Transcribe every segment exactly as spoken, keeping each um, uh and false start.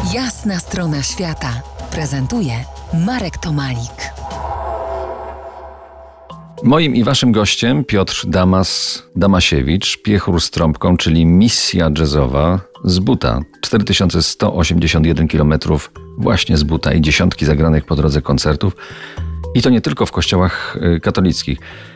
Jasna strona świata prezentuje Marek Tomalik. Moim i waszym gościem Piotr Damas Damasiewicz, piechur z trąbką, czyli misja jazzowa z buta. cztery tysiące sto osiemdziesiąt jeden kilometrów właśnie z buta i dziesiątki zagranych po drodze koncertów. I to nie tylko w kościołach katolickich.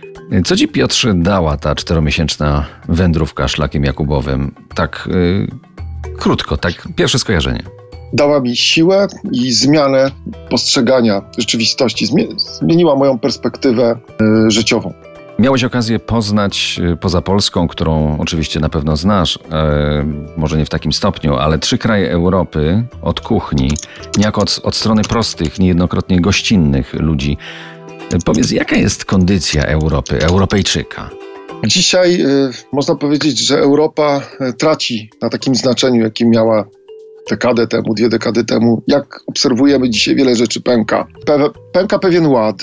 Co ci, Piotrze, dała ta czteromiesięczna wędrówka szlakiem jakubowym? Tak yy, krótko, tak pierwsze skojarzenie. Dała mi siłę i zmianę postrzegania rzeczywistości. Zmieniła moją perspektywę y, życiową. Miałeś okazję poznać poza Polską, którą oczywiście na pewno znasz, e, może nie w takim stopniu, ale trzy kraje Europy od kuchni, niejako od, od strony prostych, niejednokrotnie gościnnych ludzi. E, powiedz, jaka jest kondycja Europy, Europejczyka? Dzisiaj y, można powiedzieć, że Europa traci na takim znaczeniu, jakim miała dekadę temu, dwie dekady temu. Jak obserwujemy dzisiaj, wiele rzeczy pęka. Pe- pęka pewien ład,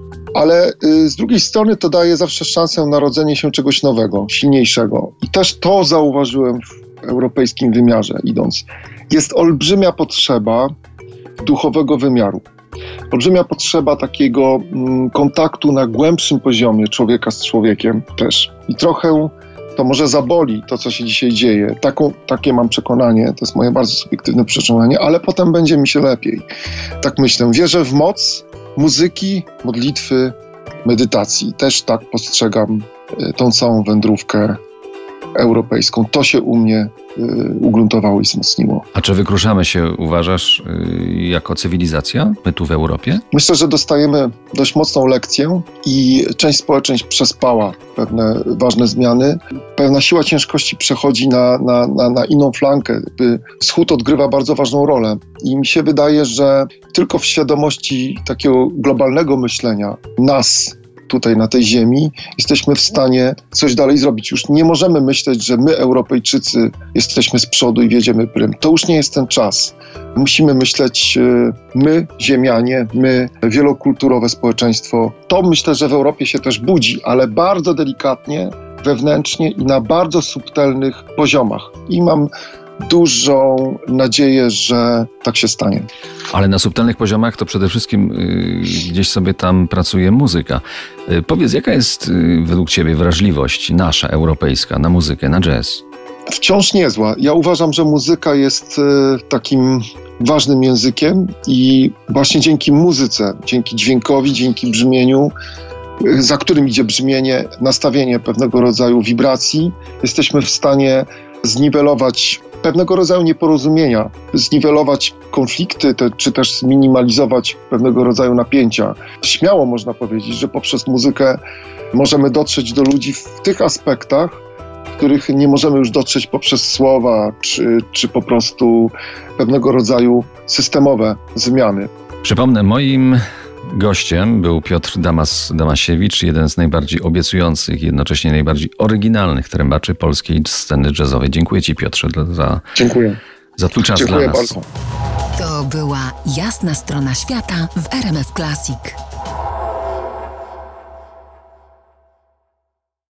ale y, z drugiej strony to daje zawsze szansę na rodzenie się czegoś nowego, silniejszego. I też to zauważyłem w europejskim wymiarze idąc. Jest olbrzymia potrzeba duchowego wymiaru. Olbrzymia potrzeba takiego mm, kontaktu na głębszym poziomie człowieka z człowiekiem też. I trochę to może zaboli to, co się dzisiaj dzieje. Taką, takie mam przekonanie, to jest moje bardzo subiektywne przekonanie, ale potem będzie mi się lepiej. Tak myślę. Wierzę w moc muzyki, modlitwy, medytacji. Też tak postrzegam y, tą całą wędrówkę europejską. To się u mnie y, ugruntowało i wzmocniło. A czy wykruszamy się, uważasz, y, jako cywilizacja, my tu w Europie? Myślę, że dostajemy dość mocną lekcję i część społeczeństw przespała pewne ważne zmiany. Pewna siła ciężkości przechodzi na, na, na, na inną flankę. Wschód odgrywa bardzo ważną rolę i mi się wydaje, że tylko w świadomości takiego globalnego myślenia nas, tutaj na tej ziemi, jesteśmy w stanie coś dalej zrobić. Już nie możemy myśleć, że my, Europejczycy, jesteśmy z przodu i wiedziemy prym. To już nie jest ten czas. Musimy myśleć my, ziemianie, my, wielokulturowe społeczeństwo. To myślę, że w Europie się też budzi, ale bardzo delikatnie, wewnętrznie i na bardzo subtelnych poziomach. I mam dużą nadzieję, że tak się stanie. Ale na subtelnych poziomach to przede wszystkim y, gdzieś sobie tam pracuje muzyka. Y, powiedz, jaka jest y, według ciebie wrażliwość nasza, europejska, na muzykę, na jazz? Wciąż niezła. Ja uważam, że muzyka jest y, takim ważnym językiem i właśnie dzięki muzyce, dzięki dźwiękowi, dzięki brzmieniu, y, za którym idzie brzmienie, nastawienie pewnego rodzaju wibracji, jesteśmy w stanie zniwelować pewnego rodzaju nieporozumienia, zniwelować konflikty, te, czy też zminimalizować pewnego rodzaju napięcia. Śmiało można powiedzieć, że poprzez muzykę możemy dotrzeć do ludzi w tych aspektach, w których nie możemy już dotrzeć poprzez słowa, czy, czy po prostu pewnego rodzaju systemowe zmiany. Przypomnę, moim gościem był Piotr Damas Damasiewicz, jeden z najbardziej obiecujących i jednocześnie najbardziej oryginalnych trębaczy polskiej sceny jazzowej. Dziękuję ci, Piotrze, za, Dziękuję. za twój czas Dziękuję dla nas. bardzo. To była Jasna strona świata w R M F Classic.